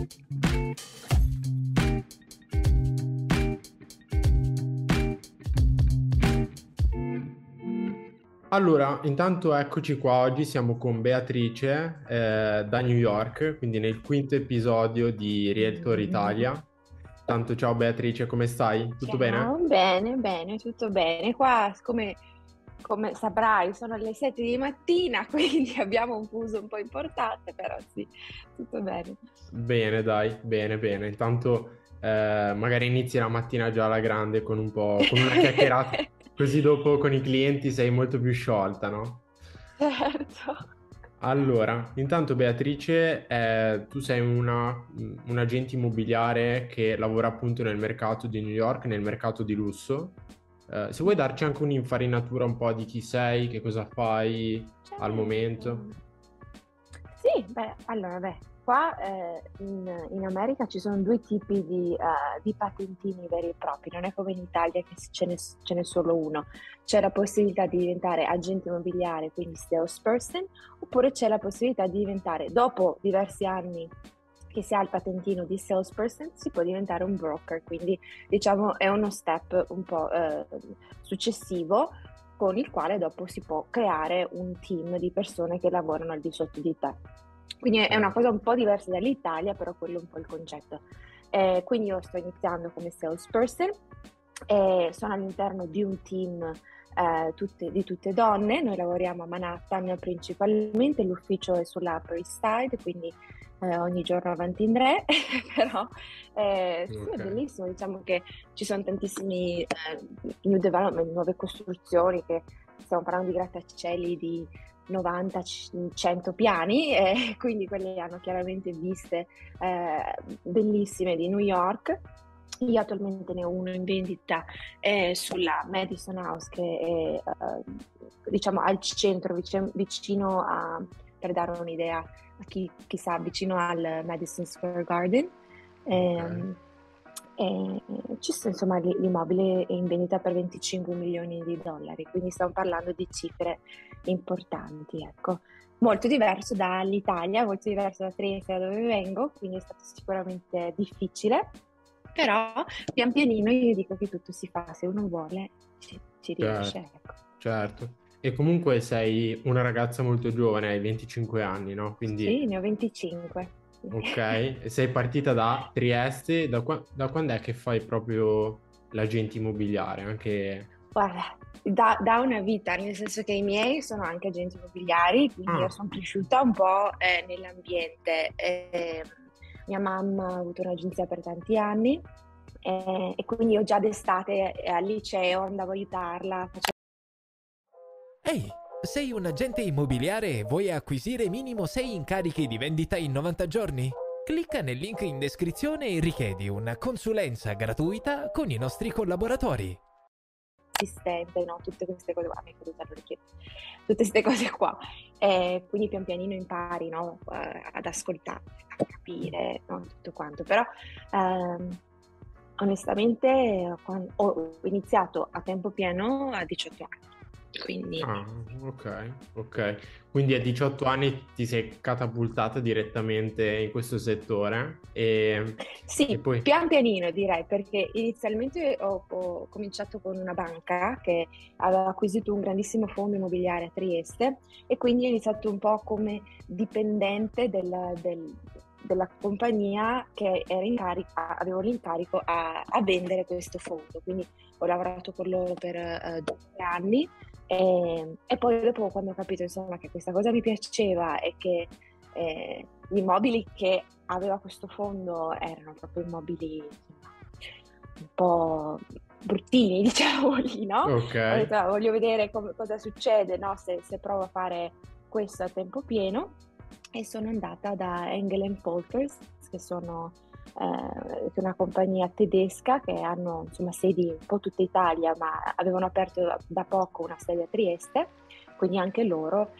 Allora, intanto eccoci qua, oggi siamo con Beatrice da New York, quindi nel quinto episodio di Realtor Italia. Tanto ciao Beatrice, come stai? Tutto bene? Ciao, bene, bene, tutto bene. Qua, come saprai, sono le 7 di mattina, quindi abbiamo un fuso un po' importante, però sì, tutto bene. Bene, dai, bene, bene. Intanto magari inizi la mattina già alla grande con un po', con una chiacchierata, così dopo con i clienti sei molto più sciolta, no? Certo. Allora, intanto Beatrice, tu sei un agente immobiliare che lavora appunto nel mercato di New York, nel mercato di lusso. Se vuoi darci anche un'infarinatura un po' di chi sei, che cosa fai al momento. Certo. Sì, beh, allora, qua in America ci sono due tipi di patentini veri e propri, non è come in Italia che ce n'è solo uno. C'è la possibilità di diventare agente immobiliare, quindi salesperson, oppure c'è la possibilità di diventare, dopo diversi anni che si ha il patentino di salesperson, si può diventare un broker, quindi diciamo è uno step un po' successivo con il quale dopo si può creare un team di persone che lavorano al di sotto di te. Quindi è una Ok. cosa un po' diversa dall'Italia, però quello è un po' il concetto. Quindi io sto iniziando come salesperson e sono all'interno di un team di tutte donne. Noi lavoriamo a Manhattan principalmente, l'ufficio è sulla Upper East Side, quindi ogni giorno avanti in re, però sì, è Ok. bellissimo, diciamo che ci sono tantissimi new development, nuove costruzioni, che stiamo parlando di grattacieli di 90-100 piani, e quindi quelle hanno chiaramente viste bellissime di New York. Io attualmente ne ho uno in vendita sulla Madison House, che è diciamo al centro, vicino a, per dare un'idea a chi sa, vicino al Madison Square Garden. Ok. Ehm, e ci sono, insomma, l'immobile è in vendita per 25 milioni di dollari, quindi stiamo parlando di cifre importanti, ecco. Molto diverso dall'Italia, molto diverso da Trieste, da dove vengo, quindi è stato sicuramente difficile, però pian pianino io dico che tutto si fa, se uno vuole ci riesce, Certo, ecco. certo. E comunque sei una ragazza molto giovane, hai 25 anni, no? Quindi, Sì, ne ho 25. ok, e sei partita da Trieste, da quando è che fai proprio l'agente immobiliare? Anche... Guarda, da una vita, nel senso che i miei sono anche agenti immobiliari, quindi io Ah, sono cresciuta un po' nell'ambiente. Mia mamma ha avuto un'agenzia per tanti anni, e quindi io già d'estate al liceo andavo a aiutarla. Ehi, sei un agente immobiliare e vuoi acquisire minimo 6 incarichi di vendita in 90 giorni? Clicca nel link in descrizione e richiedi una consulenza gratuita con i nostri collaboratori. Assistente, no? Tutte queste cose qua, mi creduta, lo richiedo. Tutte queste cose qua. Quindi pian pianino impari, no? Ad ascoltare, a capire, no? Tutto quanto. Però onestamente ho iniziato a tempo pieno a 18 anni, quindi ah, ok, ok. Quindi a 18 anni ti sei catapultata direttamente in questo settore e sì, poi... pian pianino direi, perché inizialmente ho cominciato con una banca che aveva acquisito un grandissimo fondo immobiliare a Trieste, e quindi ho iniziato un po' come dipendente della compagnia che era avevo l'incarico a vendere questo fondo. Quindi ho lavorato con loro per 2 anni, e poi dopo, quando ho capito insomma che questa cosa mi piaceva e che gli immobili che aveva questo fondo erano proprio immobili un po' bruttini, diciamo lì, no? Ok. Ho detto, voglio vedere cosa succede, no? Se provo a fare questo a tempo pieno, e sono andata da Engel Polters, che è una compagnia tedesca che hanno insomma sedi un po' tutta Italia, ma avevano aperto da poco una sede a Trieste, quindi anche loro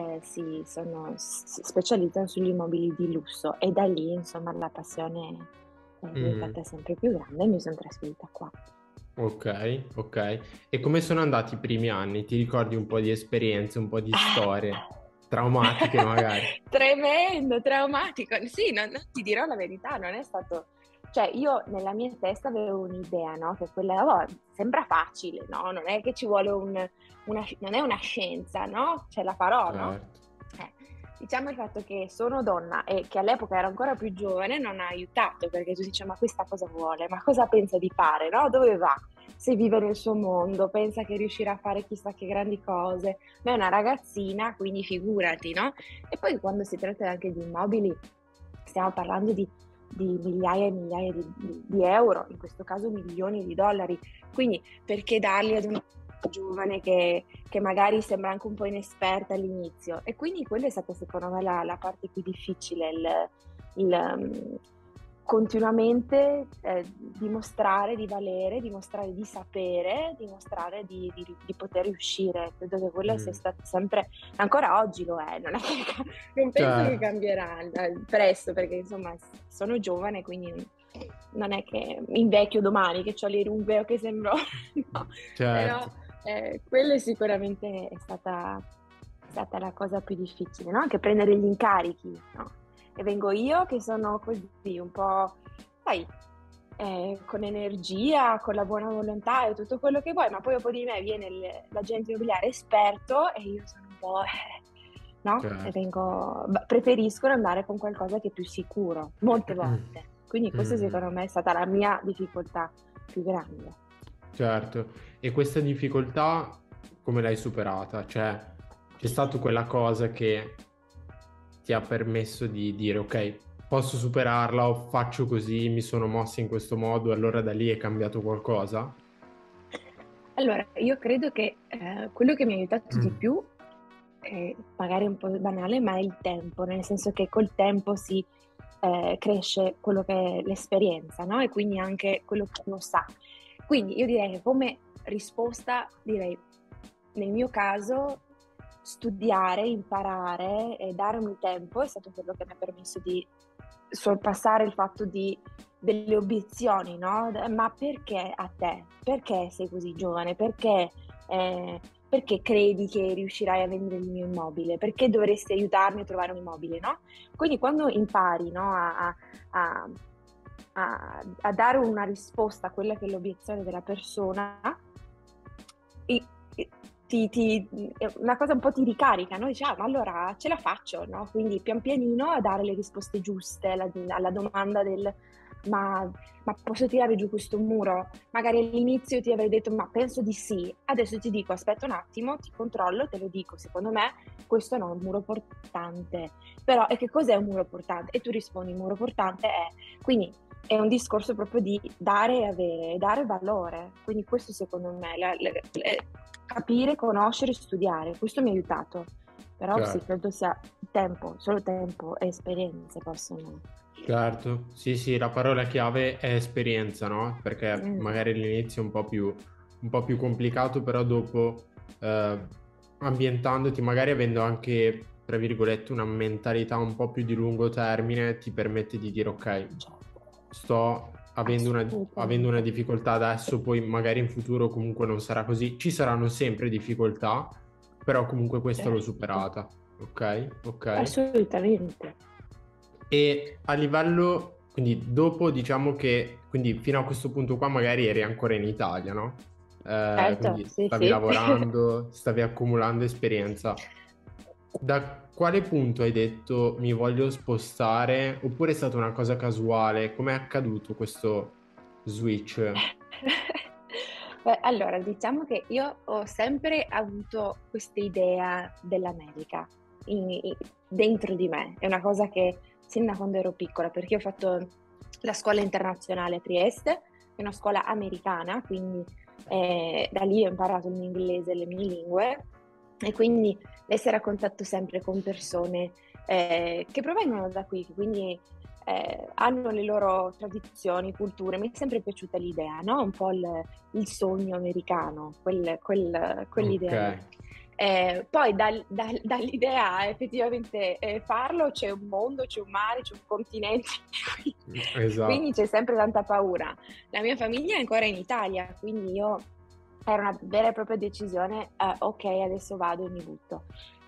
si specializzano sugli immobili di lusso, e da lì insomma la passione è Mm. diventata sempre più grande e mi sono trasferita qua. Ok, ok. E come sono andati i primi anni? Ti ricordi un po' di esperienze, un po' di storie traumatiche magari. Tremendo, traumatico. Sì, non ti dirò la verità, non è stato... Cioè, io nella mia testa avevo un'idea, no? Che quella sembra facile, no? Non è che ci vuole non è una scienza, no? Ce la farò, no? Certo. Diciamo il fatto che sono donna e che all'epoca ero ancora più giovane non ha aiutato, perché tu dici, ma questa cosa vuole? Ma cosa pensa di fare, no? Dove va? Se vive nel suo mondo, pensa che riuscirà a fare chissà che grandi cose. Ma è una ragazzina, quindi figurati, no? E poi quando si tratta anche di immobili, stiamo parlando di migliaia e migliaia di euro, in questo caso milioni di dollari. Quindi perché darli ad una giovane che magari sembra anche un po' inesperta all'inizio? E quindi quella è stata secondo me la parte più difficile, il continuamente dimostrare di valere, dimostrare di sapere, dimostrare di poter riuscire. Credo che quello sia stato sempre, ancora oggi lo è, non penso che cambierà presto, perché insomma sono giovane, quindi non è che invecchio domani, che ho le rughe o che sembro no. Certo. Però quella sicuramente è stata la cosa più difficile, no? Anche prendere gli incarichi, no? E vengo io che sono così un po', sai, con energia, con la buona volontà e tutto quello che vuoi, ma poi dopo di me viene l'agente immobiliare esperto e io sono un po', no? Certo. E preferisco andare con qualcosa che è più sicuro, molte volte. Quindi questa secondo me è stata la mia difficoltà più grande. Certo. E questa difficoltà come l'hai superata? Cioè, c'è stata quella cosa che ti ha permesso di dire ok, posso superarla o faccio così, mi sono mossa in questo modo, allora da lì è cambiato qualcosa? Allora, io credo che quello che mi ha aiutato di più, magari un po' banale, ma è il tempo, nel senso che col tempo si cresce quello che è l'esperienza, no? E quindi anche quello che uno sa. Quindi io direi che come risposta, nel mio caso, studiare, imparare e darmi tempo è stato quello che mi ha permesso di sorpassare il fatto delle obiezioni, no? Ma perché a te? Perché sei così giovane? Perché credi che riuscirai a vendere il mio immobile? Perché dovresti aiutarmi a trovare un immobile, no? Quindi quando impari, no, a dare una risposta a quella che è l'obiezione della persona, una cosa un po' ti ricarica, no? Dici, ma allora ce la faccio, no? Quindi pian pianino a dare le risposte giuste alla domanda del ma posso tirare giù questo muro? Magari all'inizio ti avrei detto ma penso di sì, adesso ti dico aspetta un attimo, ti controllo, te lo dico, secondo me questo no, è un muro portante. Però e che cos'è un muro portante? E tu rispondi un muro portante è, quindi è un discorso proprio di dare e avere, dare valore, quindi questo secondo me capire, conoscere, studiare, questo mi ha aiutato, però Certo. sì, credo sia tempo, solo tempo e esperienze possono... Certo, sì, la parola chiave è esperienza, no? Perché magari all'inizio è un po' più complicato, però dopo ambientandoti, magari avendo anche, tra virgolette, una mentalità un po' più di lungo termine, ti permette di dire ok, sto avendo una difficoltà adesso, poi magari in futuro comunque non sarà così, ci saranno sempre difficoltà, però comunque questa l'ho superata, ok? Assolutamente. E a livello, quindi dopo diciamo che, quindi fino a questo punto qua magari eri ancora in Italia, no? Certo, Quindi sì, stavi sì. lavorando, stavi accumulando esperienza. Da quale punto hai detto mi voglio spostare? Oppure è stata una cosa casuale? Com'è accaduto questo switch? Beh, allora, diciamo che io ho sempre avuto questa idea dell'America dentro di me. È una cosa che sin da quando ero piccola, perché ho fatto la scuola internazionale a Trieste, è una scuola americana, quindi da lì ho imparato il mio inglese e le mie lingue, e quindi essere a contatto sempre con persone che provengono da qui, quindi hanno le loro tradizioni, culture. Mi è sempre piaciuta l'idea, no? Un po' il sogno americano, quell'idea. Ok. Poi dall'idea a effettivamente farlo c'è un mondo, c'è un mare, c'è un continente, Esatto. quindi c'è sempre tanta paura. La mia famiglia è ancora in Italia, quindi era una vera e propria decisione, ok, adesso vado e mi butto.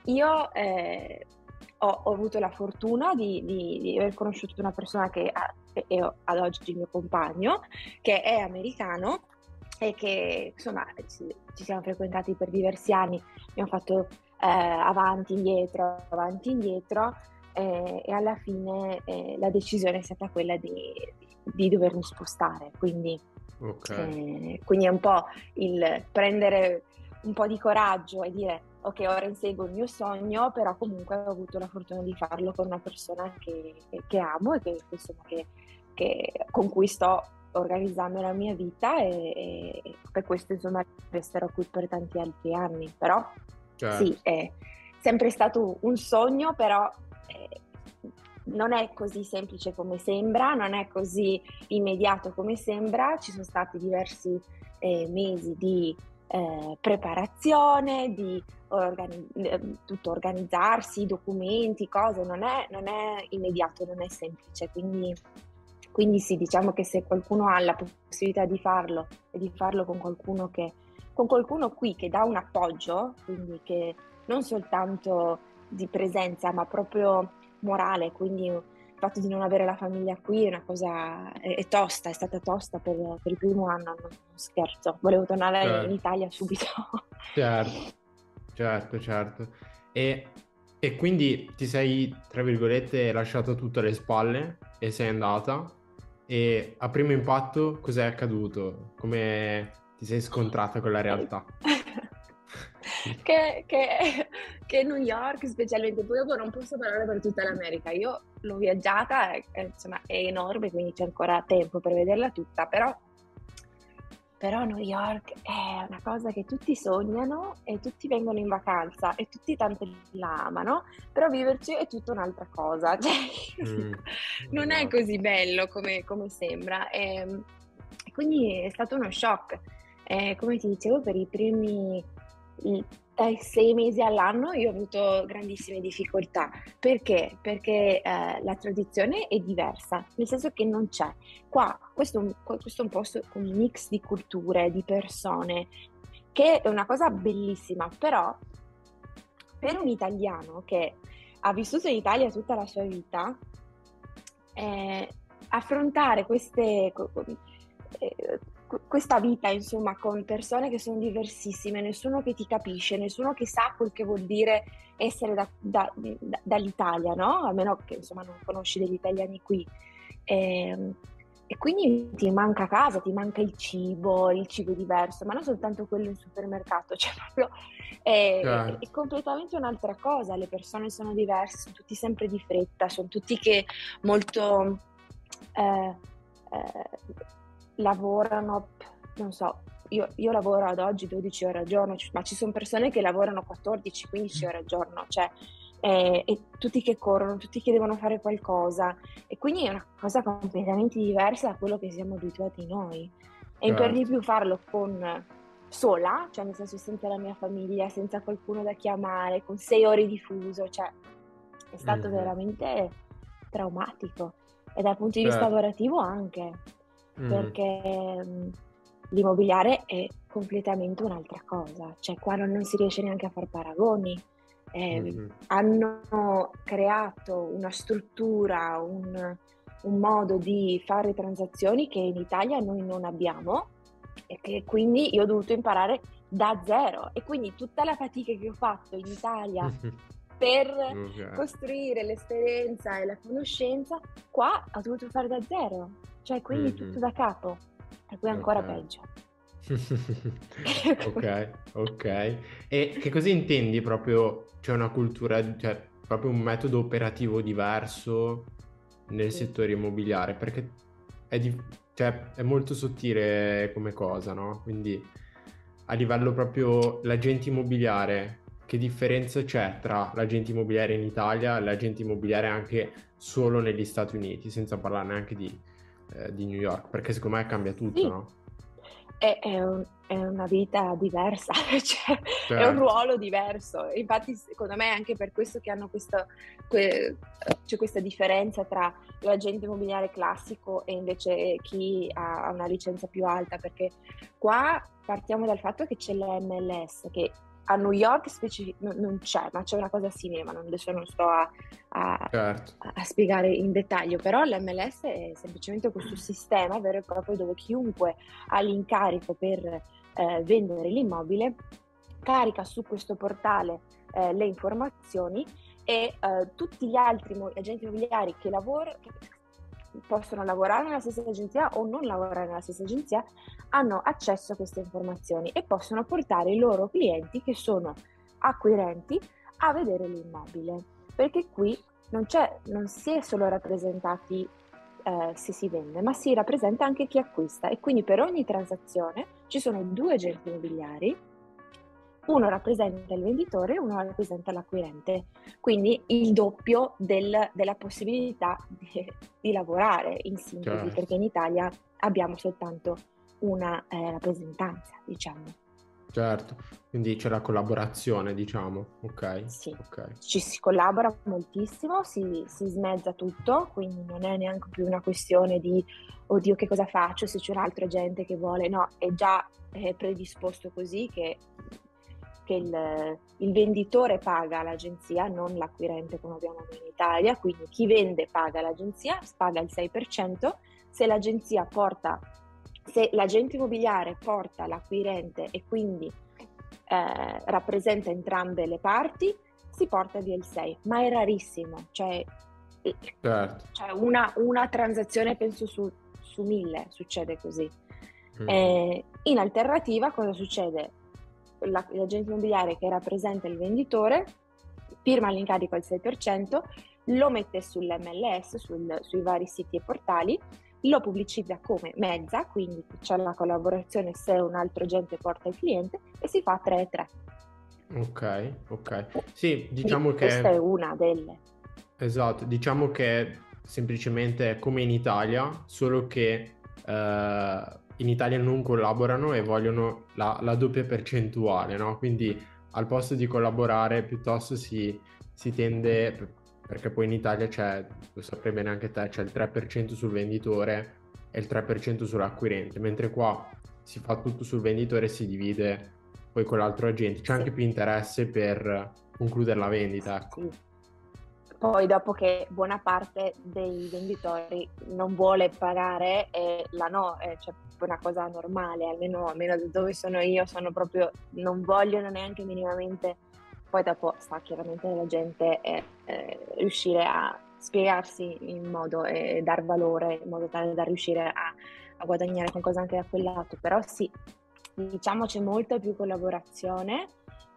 io ho avuto la fortuna di aver conosciuto una persona che è ad oggi il mio compagno, che è americano e che insomma ci siamo frequentati per diversi anni, abbiamo fatto avanti, indietro e alla fine la decisione è stata quella di dovermi spostare, quindi è un po' il prendere un po' di coraggio e dire ok, ora inseguo il mio sogno, però comunque ho avuto la fortuna di farlo con una persona che amo e con cui sto organizzando la mia vita e per questo insomma resterò qui per tanti altri anni, però sì, è sempre stato un sogno, però non è così semplice come sembra, non è così immediato come sembra, ci sono stati diversi mesi di preparazione, di tutto organizzarsi, documenti, cose, non è immediato, non è semplice, quindi sì, diciamo che se qualcuno ha la possibilità di farlo e di farlo con qualcuno qui che dà un appoggio, quindi che non soltanto di presenza ma proprio morale, quindi il fatto di non avere la famiglia qui è una cosa, è tosta, è stata tosta per il primo anno, non scherzo, volevo tornare in Italia subito. Certo. E quindi ti sei, tra virgolette, lasciato tutto alle spalle e sei andata, e a primo impatto cos'è accaduto? Come ti sei scontrata con la realtà? che New York, specialmente, poi dopo non posso parlare per tutta l'America, io l'ho viaggiata, insomma è enorme, quindi c'è ancora tempo per vederla tutta, però New York è una cosa che tutti sognano e tutti vengono in vacanza e tutti tanto la amano, però viverci è tutta un'altra cosa, cioè, non è così bello come sembra, e quindi è stato uno shock. Come ti dicevo, per i primi 6 mesi all'anno io ho avuto grandissime difficoltà. Perché? Perché la tradizione è diversa, nel senso che non c'è. Qua, questo è un posto con un mix di culture, di persone, che è una cosa bellissima, però per un italiano che ha vissuto in Italia tutta la sua vita, affrontare questa vita, insomma, con persone che sono diversissime, nessuno che ti capisce, nessuno che sa quel che vuol dire essere dall'Italia, no? A meno che, insomma, non conosci degli italiani qui. E quindi ti manca casa, ti manca il cibo è diverso, ma non soltanto quello in supermercato, cioè proprio è completamente un'altra cosa, le persone sono diverse, sono tutti sempre di fretta, sono tutti che molto lavorano, non so, io lavoro ad oggi 12 ore al giorno, ma ci sono persone che lavorano 14-15 ore al giorno, cioè e tutti che corrono, tutti che devono fare qualcosa, e quindi è una cosa completamente diversa da quello che siamo abituati noi, e per di più farlo sola, cioè nel senso senza la mia famiglia, senza qualcuno da chiamare, con 6 ore di fuso, cioè è stato veramente traumatico, e dal punto di vista lavorativo anche, perché l'immobiliare è completamente un'altra cosa, cioè qua non si riesce neanche a fare paragoni. Hanno creato una struttura, un modo di fare transazioni che in Italia noi non abbiamo, e che quindi io ho dovuto imparare da zero, e quindi tutta la fatica che ho fatto in Italia per costruire l'esperienza e la conoscenza, qua ho dovuto fare da zero, cioè quindi tutto da capo, e poi ancora peggio. Ok. E che cosa intendi proprio? C'è una cultura, cioè proprio un metodo operativo diverso nel settore immobiliare, perché è molto sottile come cosa, no? Quindi a livello proprio l'agente immobiliare, che differenza c'è tra l'agente immobiliare in Italia e l'agente immobiliare anche solo negli Stati Uniti, senza parlare neanche di New York, perché secondo me cambia tutto, no? È una vita diversa, cioè è un ruolo diverso. Infatti secondo me è anche per questo che hanno c'è questa differenza tra l'agente immobiliare classico e invece chi ha una licenza più alta, perché qua partiamo dal fatto che c'è la MLS, che a New York non c'è, ma c'è una cosa simile, ma adesso non sto Certo. a spiegare in dettaglio, però l'MLS è semplicemente questo sistema vero e proprio dove chiunque ha l'incarico per vendere l'immobile carica su questo portale le informazioni e tutti gli altri agenti immobiliari che possono lavorare nella stessa agenzia o non lavorare nella stessa agenzia hanno accesso a queste informazioni e possono portare i loro clienti che sono acquirenti a vedere l'immobile, perché qui non si è solo rappresentati se si vende, ma si rappresenta anche chi acquista, e quindi per ogni transazione ci sono 2 agenti immobiliari, uno rappresenta il venditore e uno rappresenta l'acquirente, quindi il doppio della possibilità di lavorare in sintesi, Certo. perché in Italia abbiamo soltanto una rappresentanza, diciamo. Certo, quindi c'è la collaborazione, diciamo, ok? Sì, Ok. ci si collabora moltissimo, si smezza tutto, quindi non è neanche più una questione di oddio che cosa faccio se c'è un altro agente che vuole, no, è già predisposto così che il venditore paga l'agenzia, non l'acquirente come abbiamo noi in Italia, quindi chi vende paga l'agenzia, paga il 6%, se l'agente immobiliare porta l'acquirente e quindi rappresenta entrambe le parti, si porta via il 6%, ma è rarissimo, cioè una transazione penso su 1000 succede così. In alternativa cosa succede? L'agente immobiliare che rappresenta il venditore firma l'incarico al 6%, lo mette sull'MLS, sui vari siti e portali, lo pubblicizza come mezza, quindi c'è la collaborazione se un altro agente porta il cliente e si fa 3-3. Ok. Sì, diciamo che questa è una delle. Esatto, diciamo che semplicemente è come in Italia, solo che in Italia non collaborano e vogliono la doppia percentuale, no? Quindi al posto di collaborare piuttosto si tende, perché poi in Italia c'è, lo saprai bene anche te, c'è il 3% sul venditore e il 3% sull'acquirente, mentre qua si fa tutto sul venditore e si divide poi con l'altro agente. C'è anche più interesse per concludere la vendita, ecco. Sì. Poi dopo che buona parte dei venditori non vuole pagare, cioè una cosa normale, almeno da dove sono io, sono proprio, non vogliono neanche minimamente. Poi dopo sta chiaramente alla gente riuscire a spiegarsi in modo e dar valore in modo tale da riuscire a guadagnare qualcosa anche da quel lato, però sì, diciamo c'è molta più collaborazione.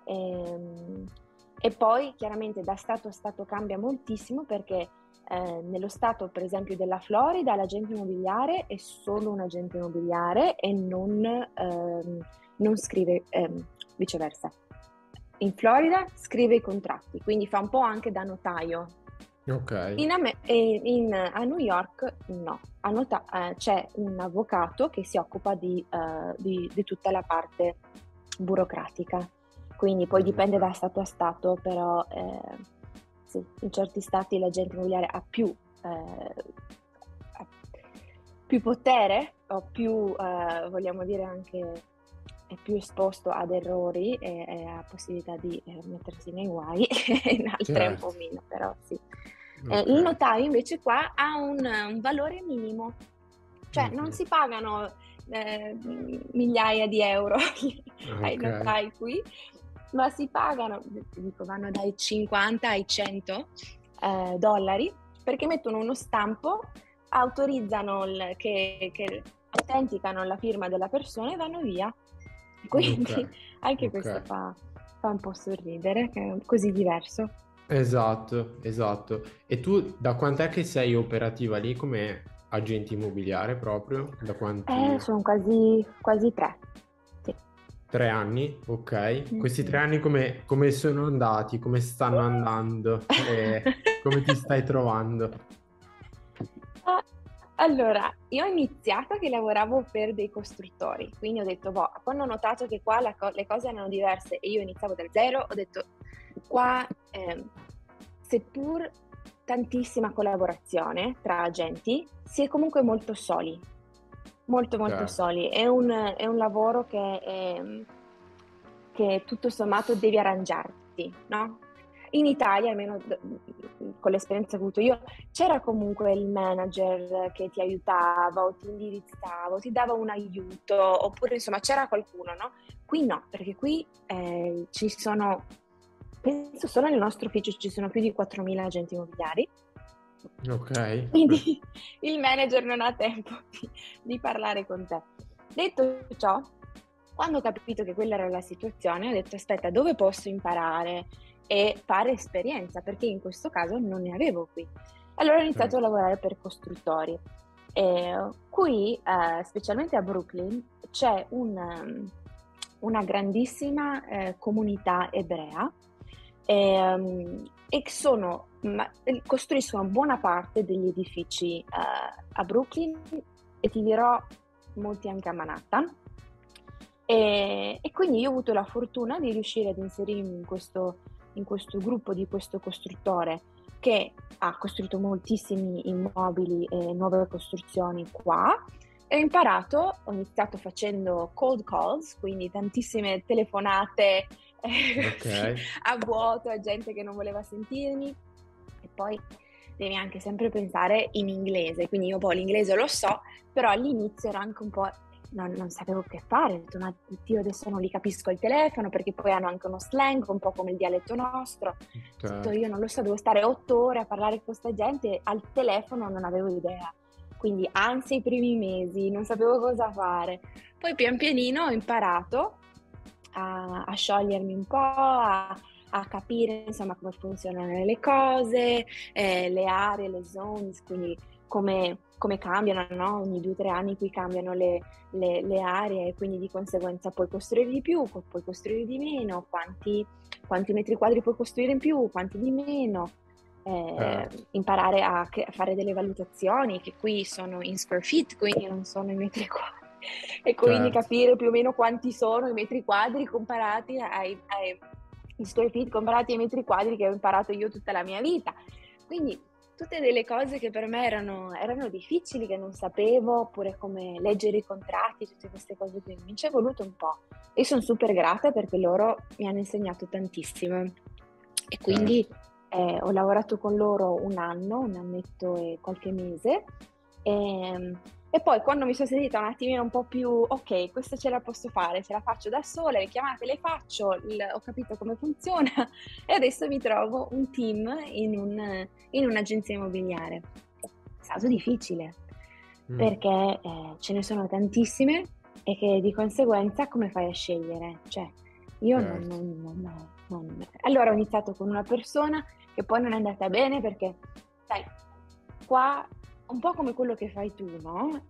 E poi chiaramente da stato a stato cambia moltissimo, perché nello stato per esempio della Florida l'agente immobiliare è solo un agente immobiliare e non scrive, viceversa. In Florida scrive i contratti, quindi fa un po' anche da notaio. Ok. A New York no, c'è un avvocato che si occupa di tutta la parte burocratica. Quindi poi dipende da stato a stato, però sì, in certi stati l'agente immobiliare ha più potere, o più, vogliamo dire anche, è più esposto ad errori e ha possibilità di mettersi nei guai, in altre un po' meno, però sì. Okay. Il notaio invece qua ha un valore minimo, cioè non si pagano migliaia di euro ai notai qui, ma si pagano, vanno dai 50 ai 100 dollari, perché mettono uno stampo, autorizzano che autenticano la firma della persona e vanno via. Quindi anche questo fa un po' sorridere, che è così diverso. Esatto. E tu da quant'è che sei operativa lì come agente immobiliare proprio? Da quanti? Sono quasi 3. 3 anni, ok. Questi 3 anni come sono andati? Come stanno andando? E come ti stai trovando? Allora, io ho iniziato che lavoravo per dei costruttori, quindi ho detto, quando ho notato che qua le cose erano diverse e io iniziavo da zero, ho detto, qua, seppur tantissima collaborazione tra agenti, si è comunque molto soli. Molto Certo. soli, è un lavoro che che tutto sommato devi arrangiarti, no? In Italia, almeno con l'esperienza che ho avuto io, c'era comunque il manager che ti aiutava o ti indirizzava o ti dava un aiuto, oppure insomma c'era qualcuno, no? Qui no, perché qui ci sono, penso solo nel nostro ufficio ci sono più di 4.000 agenti immobiliari. Ok. Quindi il manager non ha tempo di parlare con te. Detto ciò, quando ho capito che quella era la situazione, ho detto aspetta, dove posso imparare e fare esperienza? Perché in questo caso non ne avevo qui. Allora ho iniziato a lavorare per costruttori. Qui, specialmente a Brooklyn, c'è una grandissima comunità ebrea e costruiscono buona parte degli edifici a Brooklyn e ti dirò molti anche a Manhattan. E quindi io ho avuto la fortuna di riuscire ad inserirmi in questo gruppo di questo costruttore che ha costruito moltissimi immobili e nuove costruzioni qua. E ho iniziato facendo cold calls, quindi tantissime telefonate Ok. a vuoto a gente che non voleva sentirmi, e poi devi anche sempre pensare in inglese, quindi io poi l'inglese lo so, però all'inizio ero anche un po', non sapevo che fare, ho detto ma Dio, adesso non li capisco il telefono, perché poi hanno anche uno slang un po' come il dialetto nostro. Ho detto, io non lo so, devo stare 8 ore a parlare con questa gente, al telefono non avevo idea, quindi anzi i primi mesi non sapevo cosa fare. Poi pian pianino ho imparato a sciogliermi un po', a capire insomma come funzionano le cose, le aree, le zones, quindi come cambiano, no? Ogni 2 o 3 anni qui cambiano le aree, e quindi di conseguenza puoi costruire di più, puoi costruire di meno, quanti metri quadri puoi costruire in più, quanti di meno. Imparare a fare delle valutazioni che qui sono in square feet, quindi non sono in metri quadri, e quindi Certo. capire più o meno quanti sono i metri quadri comparati ai square feet, comparati ai metri quadri che ho imparato io tutta la mia vita. Quindi tutte delle cose che per me erano difficili, che non sapevo, oppure come leggere i contratti, tutte queste cose qui, mi ci è voluto un po'. E sono super grata perché loro mi hanno insegnato tantissimo, e quindi ho lavorato con loro un annetto e qualche mese, e poi quando mi sono sentita un attimino un po' più ok, questa ce la posso fare, ce la faccio da sola, le chiamate le faccio, ho capito come funziona e adesso mi trovo un team in un'agenzia immobiliare. È stato difficile perché ce ne sono tantissime, e che di conseguenza come fai a scegliere? Cioè, io allora ho iniziato con una persona che poi non è andata bene perché, sai, qua un po' come quello che fai tu, no?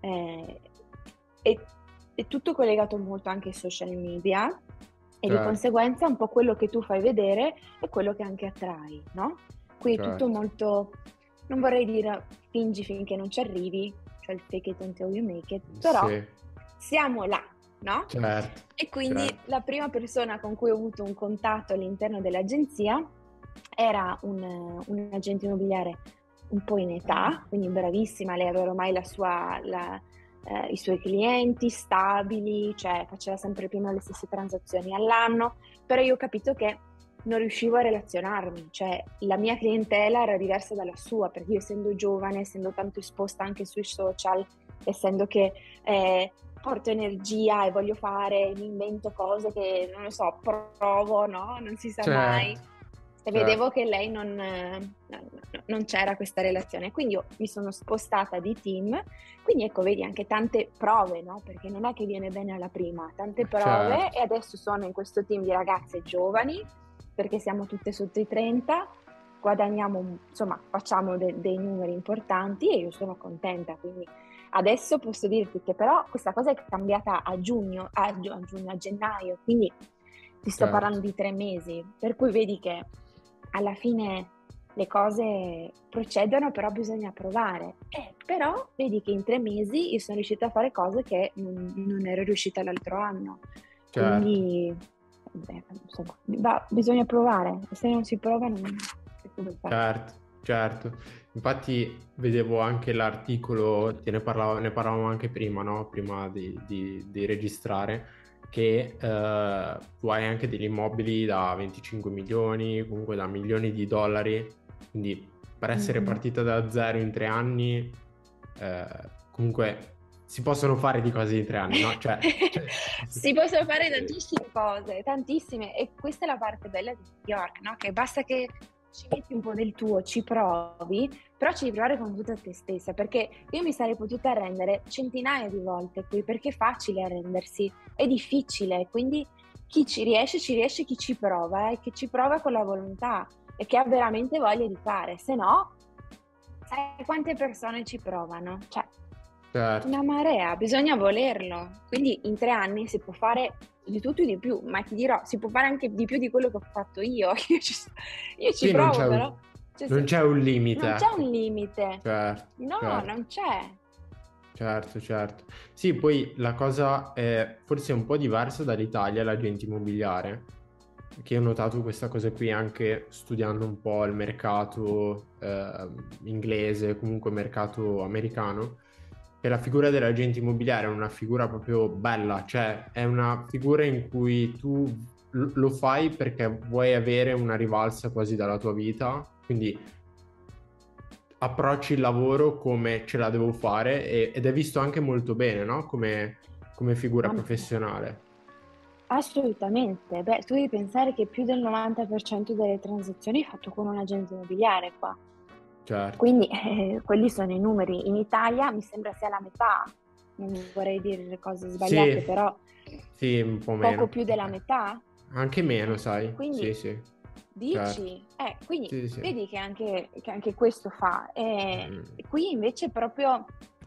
È tutto collegato molto anche ai social media, e di conseguenza un po' quello che tu fai vedere è quello che anche attrai, no? Qui è tutto molto, non vorrei dire fingi finché non ci arrivi, cioè il fake it until you make it, però siamo là, no? Certo. E quindi la prima persona con cui ho avuto un contatto all'interno dell'agenzia era un agente immobiliare un po' in età, quindi bravissima, lei aveva ormai i suoi clienti stabili, cioè faceva sempre più o meno le stesse transazioni all'anno, però io ho capito che non riuscivo a relazionarmi, cioè la mia clientela era diversa dalla sua, perché io essendo giovane, essendo tanto esposta anche sui social, essendo che porto energia e voglio fare, mi invento cose che, non lo so, provo, no? Non si sa mai. E vedevo che lei non c'era questa relazione, quindi io mi sono spostata di team, quindi ecco, vedi anche tante prove, no? Perché non è che viene bene alla prima, tante prove, e adesso sono in questo team di ragazze giovani, perché siamo tutte sotto i 30, guadagniamo, insomma, facciamo dei numeri importanti e io sono contenta, quindi adesso posso dirti che però questa cosa è cambiata a gennaio, quindi ti sto parlando di 3 mesi, per cui vedi che alla fine le cose procedono, però bisogna provare. Però vedi che in 3 mesi io sono riuscita a fare cose che non ero riuscita l'altro anno. Quindi insomma, bisogna provare. Se non si prova non si può fare. Certo. Infatti vedevo anche l'articolo, ne parlavamo anche prima, no? Prima di registrare, che tu hai anche degli immobili da 25 milioni, comunque da milioni di dollari, quindi per essere partita da zero in 3 anni, comunque si possono fare di cose in 3 anni, no? Si possono fare tantissime cose, tantissime, e questa è la parte bella di New York, no? Che basta che ci metti un po' del tuo, ci provi, però ci devi provare con tutta te stessa, perché io mi sarei potuta arrendere centinaia di volte qui, perché è facile arrendersi, è difficile, quindi chi ci riesce, chi ci prova, e che ci prova con la volontà e che ha veramente voglia di fare, se no, sai quante persone ci provano? Cioè, Certo. una marea, bisogna volerlo, quindi in 3 anni si può fare di tutto e di più, ma ti dirò, si può fare anche di più di quello che ho fatto io. Io ci Sì, provo, però non c'è un limite. non c'è un limite. Certo, No, certo. non c'è. Certo. Sì, poi la cosa è forse un po' diversa dall'Italia, l'agente immobiliare, che ho notato questa cosa qui anche studiando un po' il mercato inglese, comunque mercato americano, che la figura dell'agente immobiliare è una figura proprio bella, cioè è una figura in cui tu lo fai perché vuoi avere una rivalsa quasi dalla tua vita, quindi approcci il lavoro come ce la devo fare ed è visto anche molto bene, no? Come figura professionale. Assolutamente. Beh, tu devi pensare che più del 90% delle transazioni è fatto con un agente immobiliare qua. Certo. Quindi quelli sono i numeri. In Italia mi sembra sia la metà, non vorrei dire cose sbagliate, Sì, però sì, un po' poco meno. più della metà. Anche meno, sai? Quindi Sì. dici? Certo. Quindi Sì. vedi che anche questo fa. E qui invece proprio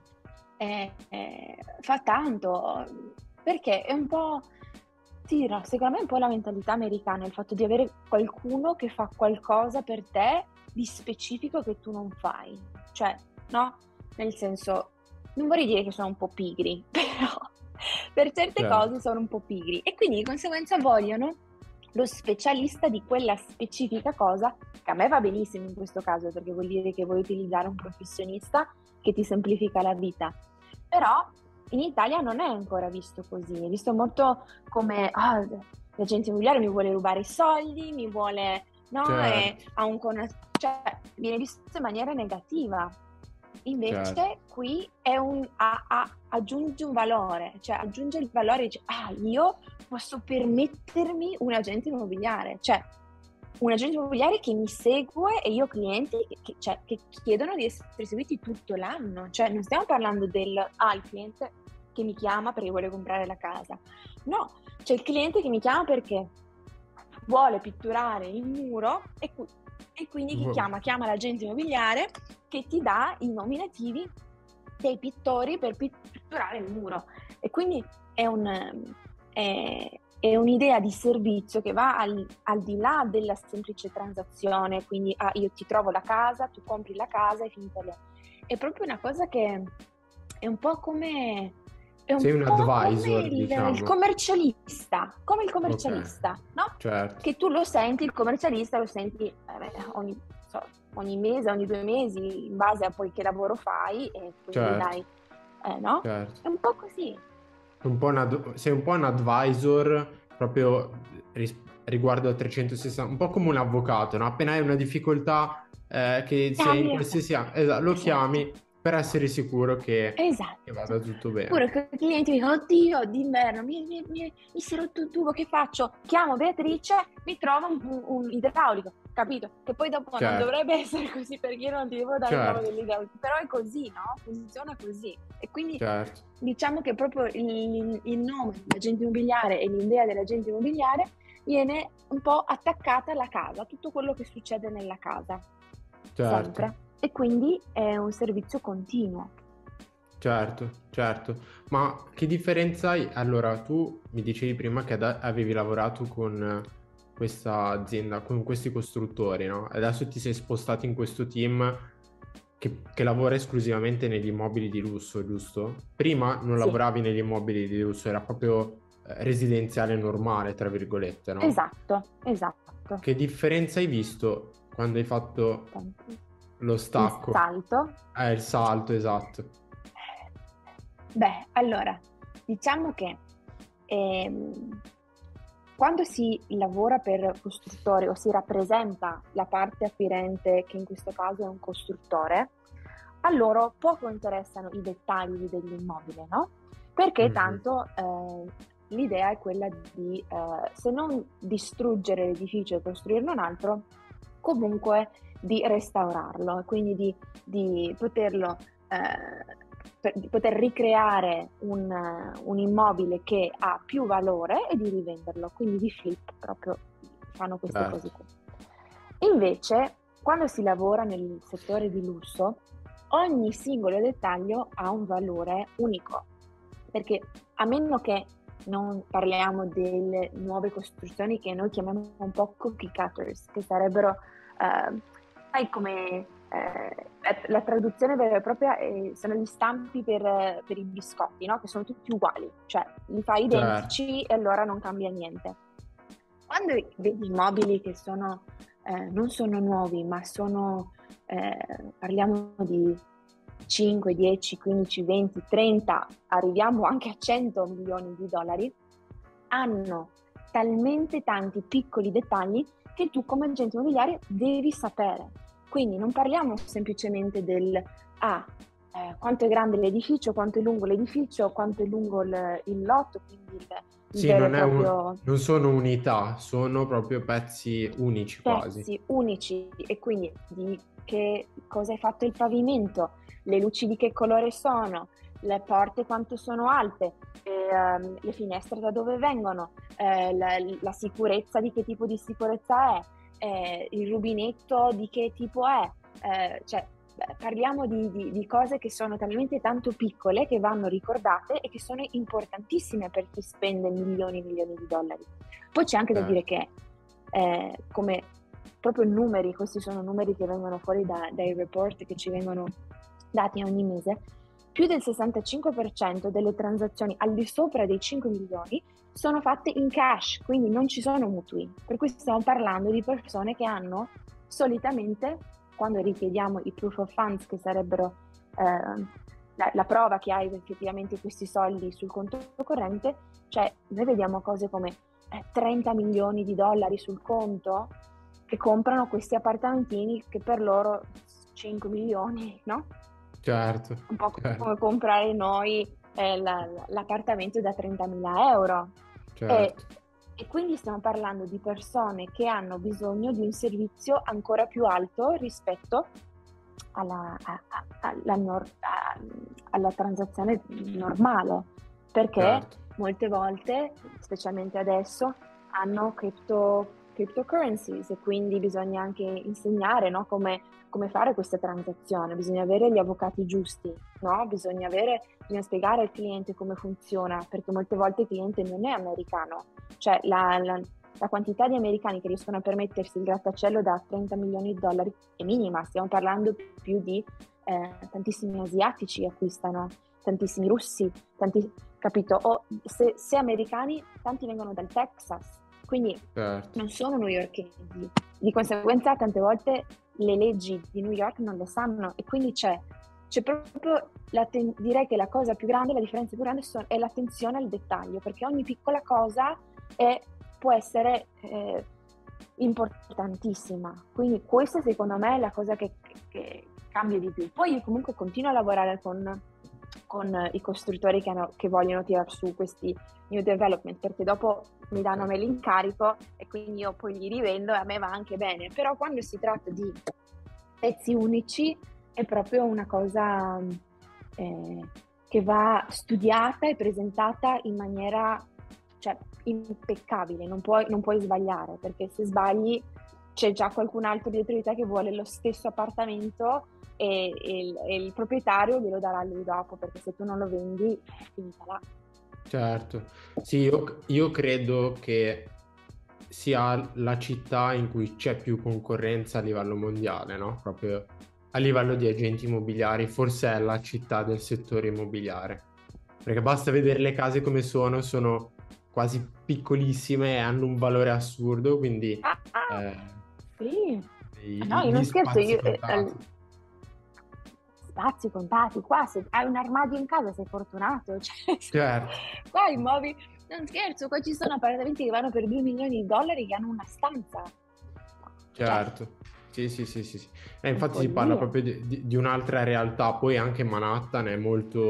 fa tanto, perché è un po', ti dirò, secondo me è un po' la mentalità americana, il fatto di avere qualcuno che fa qualcosa per te di specifico che tu non fai. Cioè, no? Nel senso, non vorrei dire che sono un po' pigri, però per certe cose sono un po' pigri e quindi di conseguenza vogliono lo specialista di quella specifica cosa, che a me va benissimo in questo caso, perché vuol dire che vuoi utilizzare un professionista che ti semplifica la vita. Però in Italia non è ancora visto così, è visto molto come l'agente immobiliare mi vuole rubare i soldi, mi vuole, no, Certo. cioè viene visto in maniera negativa. Invece Certo. qui è aggiunge un valore, cioè aggiunge il valore e dice io posso permettermi un agente immobiliare, cioè un agente immobiliare che mi segue e io clienti che chiedono di essere seguiti tutto l'anno, cioè non stiamo parlando del il cliente che mi chiama perché vuole comprare la casa, no, c'è il cliente che mi chiama perché vuole pitturare il muro e quindi chi chiama l'agente immobiliare che ti dà i nominativi dei pittori per pitturare il muro, e quindi è un'idea di servizio che va al di là della semplice transazione, quindi io ti trovo la casa, tu compri la casa e finita lì. È proprio una cosa che è un po' come sei un advisor, diciamo. il commercialista, come il commercialista, Okay. no? Certo. Che tu lo senti, il commercialista lo senti ogni mese, ogni 2 mesi, in base a poi che lavoro fai, e quindi dai, no? Certo. È un po' così. Sei un po' un advisor proprio riguardo a 360, un po' come un avvocato, no? Appena hai una difficoltà che sei in qualsiasi lo chiami per essere sicuro che vada tutto bene. Oppure che i clienti mi dicono oddio d'inverno mi si è rotto il tubo, che faccio? Chiamo Beatrice, mi trova un idraulico, capito? Che poi dopo non dovrebbe essere così, perché io non ti devo dare il nome dell'idraulico, però è così, no? Funziona così. E quindi diciamo che proprio il nome dell'agente immobiliare e l'idea dell'agente immobiliare viene un po' attaccata alla casa, tutto quello che succede nella casa, sempre. E quindi è un servizio continuo. Certo. Ma che differenza hai? Allora, tu mi dicevi prima che avevi lavorato con questa azienda, con questi costruttori, no? Adesso ti sei spostato in questo team che lavora esclusivamente negli immobili di lusso, giusto? Prima non lavoravi negli immobili di lusso, era proprio residenziale normale, tra virgolette, no? Esatto. Che differenza hai visto quando hai fatto lo stacco? Il salto? Il salto, esatto. Beh, allora, diciamo che Quando si lavora per costruttore o si rappresenta la parte acquirente, che in questo caso è un costruttore, a loro poco interessano i dettagli dell'immobile, no? Perché tanto l'idea è quella di, se non distruggere l'edificio e costruirne un altro, comunque di restaurarlo, e quindi di poterlo, di poter ricreare un immobile che ha più valore e di rivenderlo, quindi di flip, proprio fanno queste cose qui. Invece, quando si lavora nel settore di lusso, ogni singolo dettaglio ha un valore unico, perché a meno che non parliamo delle nuove costruzioni che noi chiamiamo un po' cookie cutters, che sarebbero, sai, come la traduzione vera e propria sono gli stampi per i biscotti, no? Che sono tutti uguali, cioè li fai identici e allora non cambia niente. Quando vedi immobili che sono non sono nuovi, ma sono, parliamo di 5, 10, 15, 20, 30, arriviamo anche a 100 milioni di dollari, hanno talmente tanti piccoli dettagli che tu come agente immobiliare devi sapere. Quindi non parliamo semplicemente del quanto è grande l'edificio, quanto è lungo l'edificio, quanto è lungo il lotto, quindi non sono unità, sono proprio pezzi unici quasi. Pezzi unici, e quindi di che cosa è fatto il pavimento, le luci di che colore sono, le porte quanto sono alte, le finestre da dove vengono, la sicurezza, di che tipo di sicurezza è, il rubinetto di che tipo è, cioè parliamo di cose che sono talmente tanto piccole che vanno ricordate e che sono importantissime per chi spende milioni e milioni di dollari. Poi c'è anche da dire che come proprio numeri, questi sono numeri che vengono fuori dai report che ci vengono dati ogni mese, più del 65% delle transazioni al di sopra dei 5 milioni sono fatte in cash, quindi non ci sono mutui. Per cui stiamo parlando di persone che hanno solitamente, quando richiediamo i proof of funds, che sarebbero la prova che hai effettivamente questi soldi sul conto corrente, cioè noi vediamo cose come 30 milioni di dollari sul conto, che comprano questi appartamentini che per loro 5 milioni, no? Certo. Un po' come comprare noi l'appartamento da 30.000 euro. Certo. E quindi stiamo parlando di persone che hanno bisogno di un servizio ancora più alto rispetto alla transazione normale, perché molte volte, specialmente adesso, hanno cryptocurrencies, e quindi bisogna anche insegnare, no, come fare questa transazione, bisogna avere gli avvocati giusti, no? Bisogna spiegare al cliente come funziona, perché molte volte il cliente non è americano, cioè la quantità di americani che riescono a permettersi il grattacielo da 30 milioni di dollari è minima, stiamo parlando più di tantissimi asiatici acquistano, tantissimi russi, capito? O se americani, tanti vengono dal Texas, quindi non sono newyorkesi, di conseguenza tante volte le leggi di New York non le sanno, e quindi c'è proprio, direi che la cosa più grande, la differenza più grande è l'attenzione al dettaglio, perché ogni piccola cosa può essere importantissima, quindi questa secondo me è la cosa che cambia di più. Poi io comunque continuo a lavorare con i costruttori che vogliono tirare su questi new development, perché dopo mi danno a me l'incarico e quindi io poi li rivendo e a me va anche bene, però quando si tratta di pezzi unici è proprio una cosa che va studiata e presentata in maniera, cioè, impeccabile, non puoi sbagliare, perché se sbagli c'è già qualcun altro dietro di te che vuole lo stesso appartamento e il proprietario glielo darà a lui dopo, perché se tu non lo vendi è finita là. Certo, sì, io credo che sia la città in cui c'è più concorrenza a livello mondiale, no? Proprio a livello di agenti immobiliari, forse è la città del settore immobiliare, perché basta vedere le case come sono quasi piccolissime e hanno un valore assurdo, quindi sì. No, io non scherzo, spazi contati, qua se hai un armadio in casa sei fortunato, cioè, certo. Qua i mobili, Non scherzo, qua ci sono appartamenti che vanno per $2 milioni che hanno una stanza. Cioè, Certo, sì, sì, sì, sì, sì. è Infatti si parla follia. proprio di un'altra realtà, poi anche Manhattan è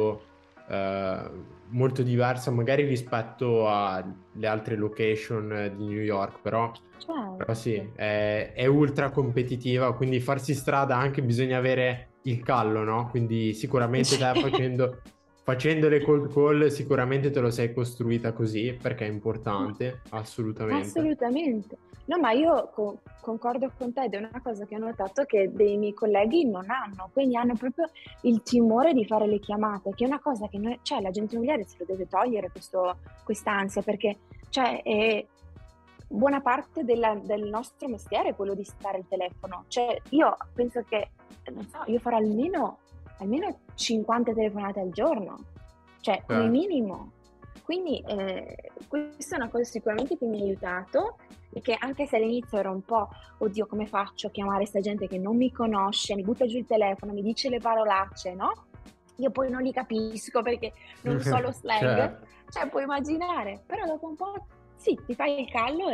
eh, molto diversa magari rispetto alle altre location di New York, però sì, Certo. è ultra competitiva, quindi farsi strada anche bisogna avere il callo, no? Quindi sicuramente te facendo le cold call sicuramente te lo sei costruita così, perché è Ma importante, assolutamente. assolutamente. No, ma io concordo con te ed è una cosa che ho notato che dei miei colleghi non hanno, quindi hanno proprio il timore di fare le chiamate, che è una cosa che cioè, l'agente immobiliare se lo deve togliere quest'ansia, perché cioè, è buona parte del nostro mestiere è quello di stare al telefono. Cioè, io penso che, non so, io farò almeno 50 telefonate al giorno, cioè come Certo. minimo. Quindi questa è una cosa sicuramente che mi ha aiutato e che anche se all'inizio ero un po', oddio come faccio a chiamare questa gente che non mi conosce, mi butta giù il telefono, mi dice le parolacce, no? Io poi non li capisco perché non so lo slang, Certo. cioè puoi immaginare, però dopo un po' sì, ti fai il callo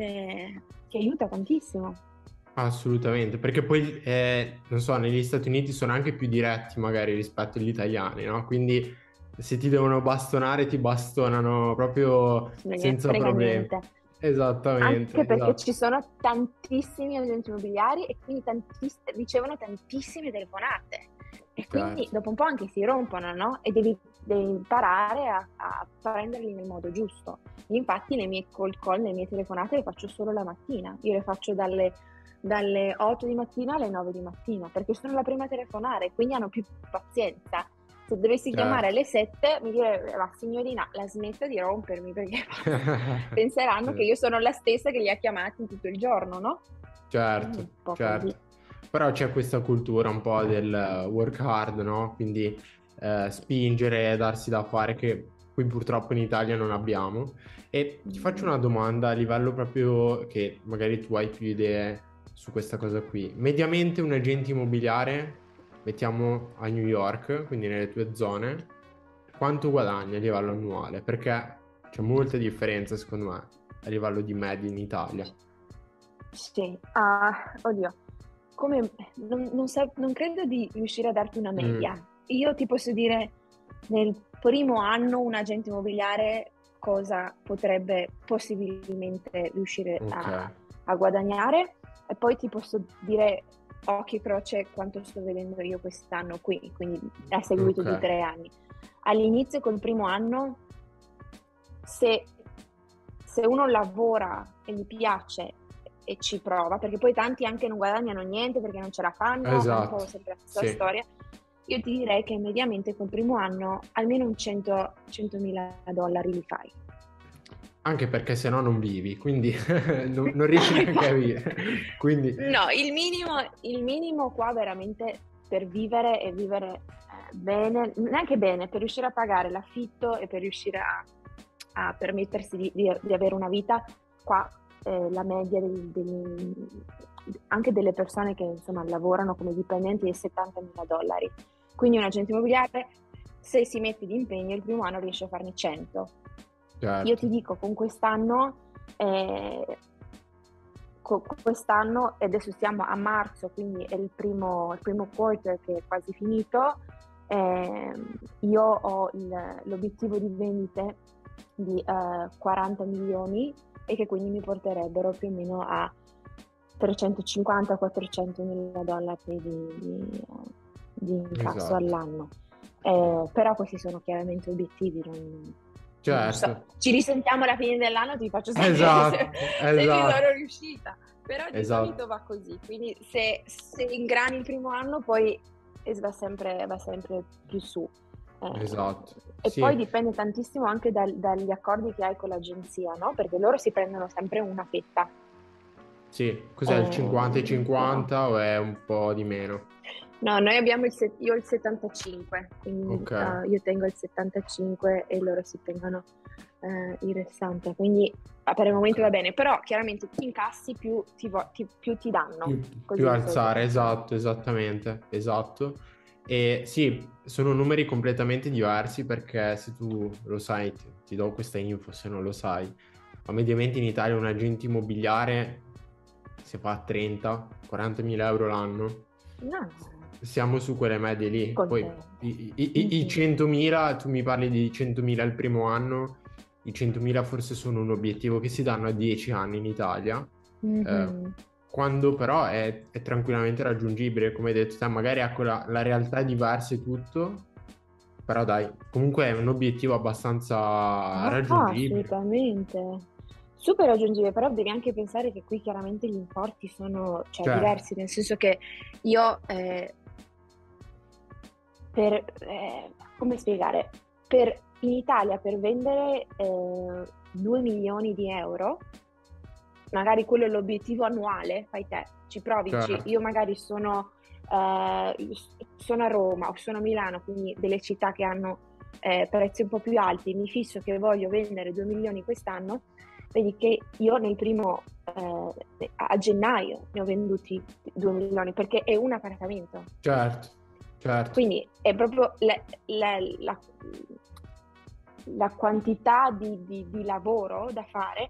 ti aiuta tantissimo. Assolutamente, perché poi, non so, negli Stati Uniti sono anche più diretti magari rispetto agli italiani, no? Quindi se ti devono bastonare, ti bastonano proprio Non ne senza frega problemi. niente. Esattamente, Anche perché esatto. ci sono tantissimi agenti immobiliari e quindi ricevono tantissime telefonate. E quindi Certo, dopo un po' anche si rompono, no? E devi imparare a prenderli nel modo giusto. Infatti le mie cold call, le mie telefonate le faccio solo la mattina. Io le faccio dalle 8 di mattina alle 9 di mattina, perché sono la prima a telefonare, quindi hanno più pazienza. Se dovessi chiamare certo. alle 7, mi direbbe, la signorina, la smetta di rompermi, perché penseranno che Certo. io sono la stessa che li ha chiamati tutto il giorno, no? Quindi un Certo, po' così. certo. Però c'è questa cultura un po' del work hard, no? Quindi spingere, darsi da fare che qui purtroppo in Italia non abbiamo. E ti faccio Mm. una domanda a livello proprio che magari tu hai più idee su questa cosa qui. Mediamente un agente immobiliare, mettiamo a New York, quindi nelle tue zone, quanto guadagna a livello annuale? Perché c'è molta differenza secondo me a livello di media in Italia. Sì, oddio, non credo di riuscire a darti una Mm, media. Io ti posso dire nel primo anno un agente immobiliare cosa potrebbe possibilmente riuscire ok. a guadagnare e poi ti posso dire occhio e croce quanto sto vedendo io quest'anno qui, quindi a seguito Ok, di 3 anni. All'inizio col primo anno, se, se uno lavora e gli piace e ci prova, perché poi tanti anche non guadagnano niente perché non ce la fanno, è un po' esatto, sempre la stessa sì, storia. Io ti direi che mediamente col primo anno almeno un 100.000 dollari li fai. anche perché se no non vivi, quindi non riesci No, neanche a infatti. vivere, quindi No, il minimo qua veramente per vivere e vivere bene, neanche bene, per riuscire a pagare l'affitto e per riuscire a permettersi di avere una vita, qua la media anche delle persone che insomma lavorano come dipendenti è 70.000 dollari. Quindi un agente immobiliare, se si mette di impegno, il primo anno riesce a farne 100. Io certo, ti dico, con quest'anno, e adesso siamo a marzo, quindi è il primo quarter che è quasi finito, io ho l'obiettivo di vendite di 40 milioni e che quindi mi porterebbero più o meno a 350-400 mila dollari di incasso esatto, all'anno. Però questi sono chiaramente obiettivi, non so. certo, Ci risentiamo alla fine dell'anno, ti faccio sapere se, esatto, se ci sono esatto, riuscita. Però di solito esatto, va così, quindi se ingrani il primo anno poi va sempre più su. esatto, E poi sì, dipende tantissimo anche dagli accordi che hai con l'agenzia, no? Perché loro si prendono sempre una fetta. sì, cos'è il 50 e Però 50 o è un po' di meno? no, noi abbiamo io ho il 75, quindi Ok, io tengo il 75 e loro si tengono il restante, quindi per il momento va ok. bene, però chiaramente più incassi più più ti danno, più così di solito alzare, funziona. esatto, esattamente, esatto. E sì, sono numeri completamente diversi perché se tu lo sai, ti do questa info se non lo sai, ma mediamente in Italia un agente immobiliare si fa 30-40 mila euro l'anno. No, Siamo su quelle medie lì. Poi contento. i 100.000, tu mi parli di 100.000 il primo anno, i 100.000 forse sono un obiettivo che si danno a 10 anni in Italia. Mhm. Quando però è tranquillamente raggiungibile, come hai detto te, magari ecco la realtà è diversa e tutto, però dai, comunque è un obiettivo abbastanza Ah, raggiungibile. assolutamente. Super raggiungibile, però devi anche pensare che qui chiaramente gli importi sono, cioè, Certo, diversi, nel senso che io, come spiegare, in Italia per vendere 2 milioni di euro, magari quello è l'obiettivo annuale, fai te, ci provici, certo, io magari sono a Roma o sono a Milano, quindi delle città che hanno prezzi un po' più alti, mi fisso che voglio vendere 2 milioni quest'anno, vedi che io a gennaio ne ho venduti 2 milioni perché è un appartamento. certo, certo. Quindi è proprio la quantità di lavoro da fare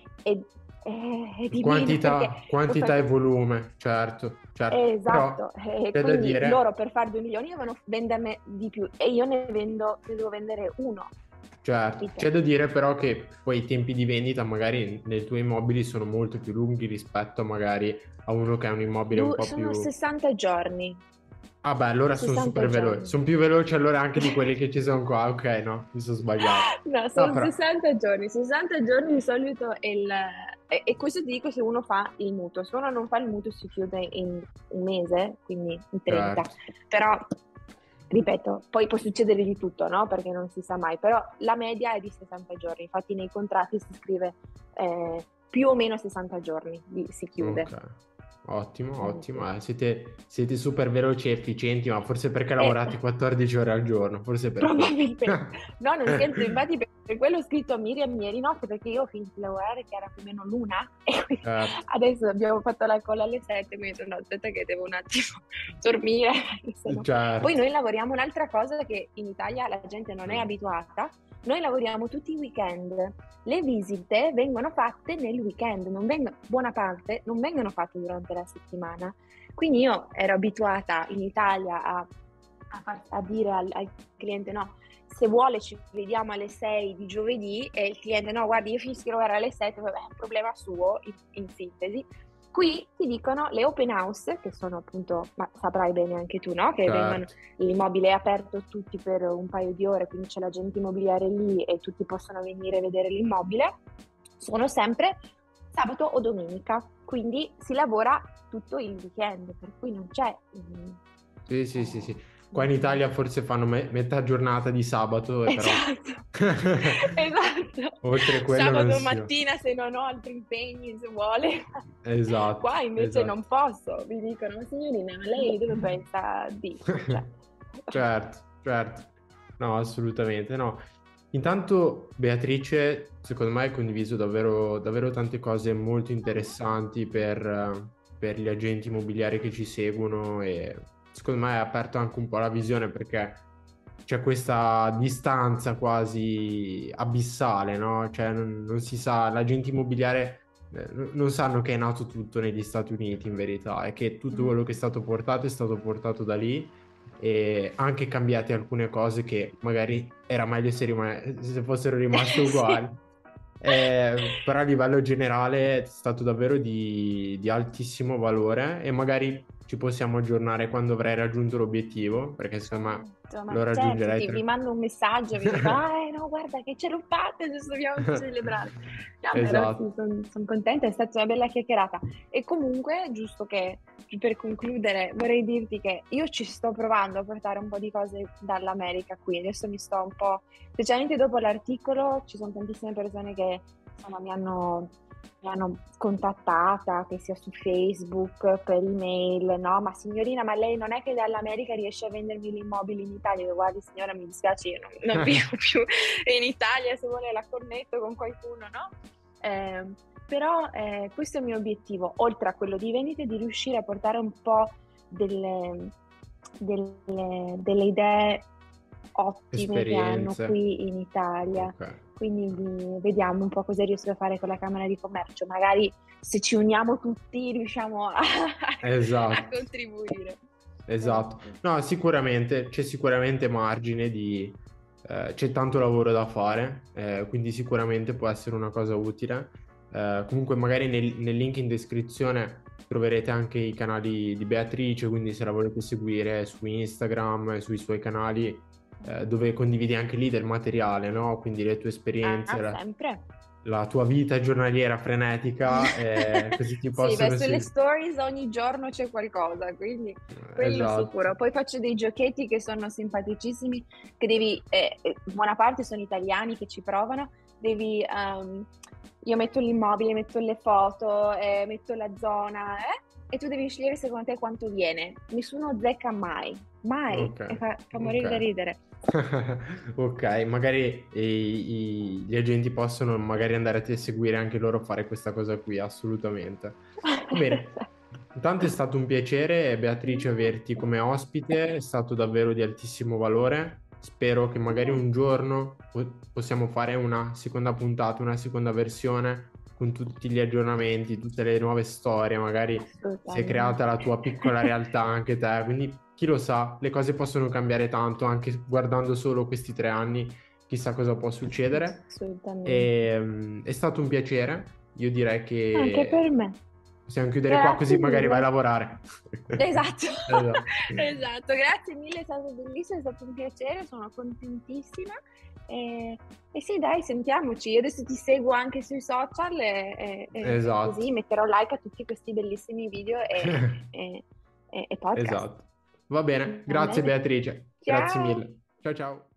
è di meno perché Quantità e volume, certo, certo. Però esatto, e c'è da quindi loro dire, per fare 2 milioni devono venderne di più e io ne devo vendere uno, certo, capito? c'è da dire però che poi i tempi di vendita magari nei tuoi immobili sono molto più lunghi rispetto magari a uno che ha un immobile un po' Sono più... 60 giorni, Ah beh, allora sono 60 super veloci, giorni. sono più veloci allora anche di quelli che ci sono qua, ok, no, mi sono sbagliato. No, No, sono però, 60 giorni di solito e questo ti dico se uno fa il mutuo, se uno non fa il mutuo si chiude in un mese, quindi in 30, certo, però ripeto, poi può succedere di tutto, no? Perché non si sa mai, però la media è di 60 giorni, infatti nei contratti si scrive più o meno 60 giorni si chiude. ok, ottimo, Sì. ottimo, siete super veloci e efficienti, ma forse perché E lavorate 14 ore al giorno, forse per quello. probabilmente. No, non scherzo, infatti per quello ho scritto a Miriam ieri notte perché io ho finito di lavorare che era più o meno l'una e quindi Certo, adesso abbiamo fatto la call alle 7, quindi sono aspetta che devo un attimo dormire. Poi certo, noi lavoriamo un'altra cosa che in Italia la gente non è abituata, noi lavoriamo tutti i weekend. Le visite vengono fatte nel weekend, buona parte non vengono fatte durante la settimana. Quindi io ero abituata in Italia a dire al cliente no, se vuole ci vediamo alle 6 di giovedì e il cliente no, guardi io finisco di lavorare alle 7, vabbè è un problema suo in sintesi. Qui ti dicono le open house, che sono appunto, ma saprai bene anche tu, no? Che certo, l'immobile è aperto tutti per un paio di ore, quindi c'è l'agente immobiliare lì e tutti possono venire a vedere l'immobile, sono sempre sabato o domenica, quindi si lavora tutto il weekend, per cui non c'è... sì, sì, sì, sì. Qua in Italia forse fanno metà giornata di sabato, e però Esatto, esatto. oltre quello non Sabato si va. mattina se non ho altri impegni, se vuole. Esatto, Qua invece esatto. non posso. Mi dicono, ma signorina, ma lei dove pensa di? Cioè. Certo, certo. No, assolutamente no. Intanto Beatrice, secondo me hai condiviso davvero, davvero tante cose molto interessanti per gli agenti immobiliari che ci seguono e secondo me hai aperto anche un po' la visione perché c'è questa distanza quasi abissale, no? Cioè non si sa, l'agente immobiliare non sanno che è nato tutto negli Stati Uniti in verità e che tutto quello che è stato portato da lì e anche cambiate alcune cose che magari era meglio se fossero rimaste Sì. uguali. Però a livello generale è stato davvero di altissimo valore e magari ci possiamo aggiornare quando avrai raggiunto l'obiettivo, perché secondo me Certo, ma lo certo, raggiungerai vi tra... mando un messaggio, vi dico, no, guarda che ce l'ho fatta, adesso dobbiamo celebrare. No, però Esatto. sì, sono contenta, è stata una bella chiacchierata. E comunque, giusto che per concludere, vorrei dirti che io ci sto provando a portare un po' di cose dall'America qui, adesso mi sto un po', specialmente dopo l'articolo, ci sono tantissime persone che insomma, mi hanno contattata, che sia su Facebook, per email, no? Ma signorina, ma lei non è che dall'America riesce a vendermi l'immobile in Italia? Io, guardi signora, mi dispiace, io non vivo più in Italia, se vuole la connetto con qualcuno, no? Però questo è il mio obiettivo, oltre a quello di vendita, di riuscire a portare un po' delle idee ottime che hanno Esperienze. qui in Italia. Ok. Quindi vediamo un po' cosa riesco a fare con la Camera di Commercio. Magari se ci uniamo tutti riusciamo a Esatto. contribuire. Esatto. No, sicuramente c'è sicuramente margine c'è tanto lavoro da fare, quindi sicuramente può essere una cosa utile. Comunque magari nel link in descrizione troverete anche i canali di Beatrice, quindi se la volete seguire su Instagram e sui suoi canali, dove condividi anche lì del materiale, no? Quindi le tue esperienze, Sempre. la tua vita giornaliera frenetica, così ti Sì, possono sulle stories ogni giorno c'è qualcosa, quindi quello Esatto. sicuro. Poi faccio dei giochetti che sono simpaticissimi, che devi, buona parte sono italiani che ci provano, io metto l'immobile, metto le foto, metto la zona, e tu devi scegliere secondo te quanto viene. Nessuno zecca mai, Ok, e fa morire da ok. ridere. Ok, magari gli agenti possono magari andare a te seguire anche loro fare questa cosa qui, assolutamente. Va bene, intanto è stato un piacere, Beatrice, averti come ospite, è stato davvero di altissimo valore. Spero che magari un giorno possiamo fare una seconda puntata, una seconda versione con tutti gli aggiornamenti, tutte le nuove storie, magari si è creata la tua piccola realtà anche te, quindi chi lo sa, le cose possono cambiare tanto anche guardando solo questi 3 anni, chissà cosa può succedere. Assolutamente. È stato un piacere, io direi Anche che per me. possiamo chiudere qua così Grazie magari vai a mille. lavorare. Esatto, Esatto. esatto, grazie mille, è stato bellissimo, è stato un piacere, sono contentissima e sì, dai, sentiamoci. Io adesso ti seguo anche sui social e Esatto. così metterò like a tutti questi bellissimi video e podcast. Esatto. Va bene, Va grazie bene? Beatrice, grazie Ciao! mille. Ciao ciao.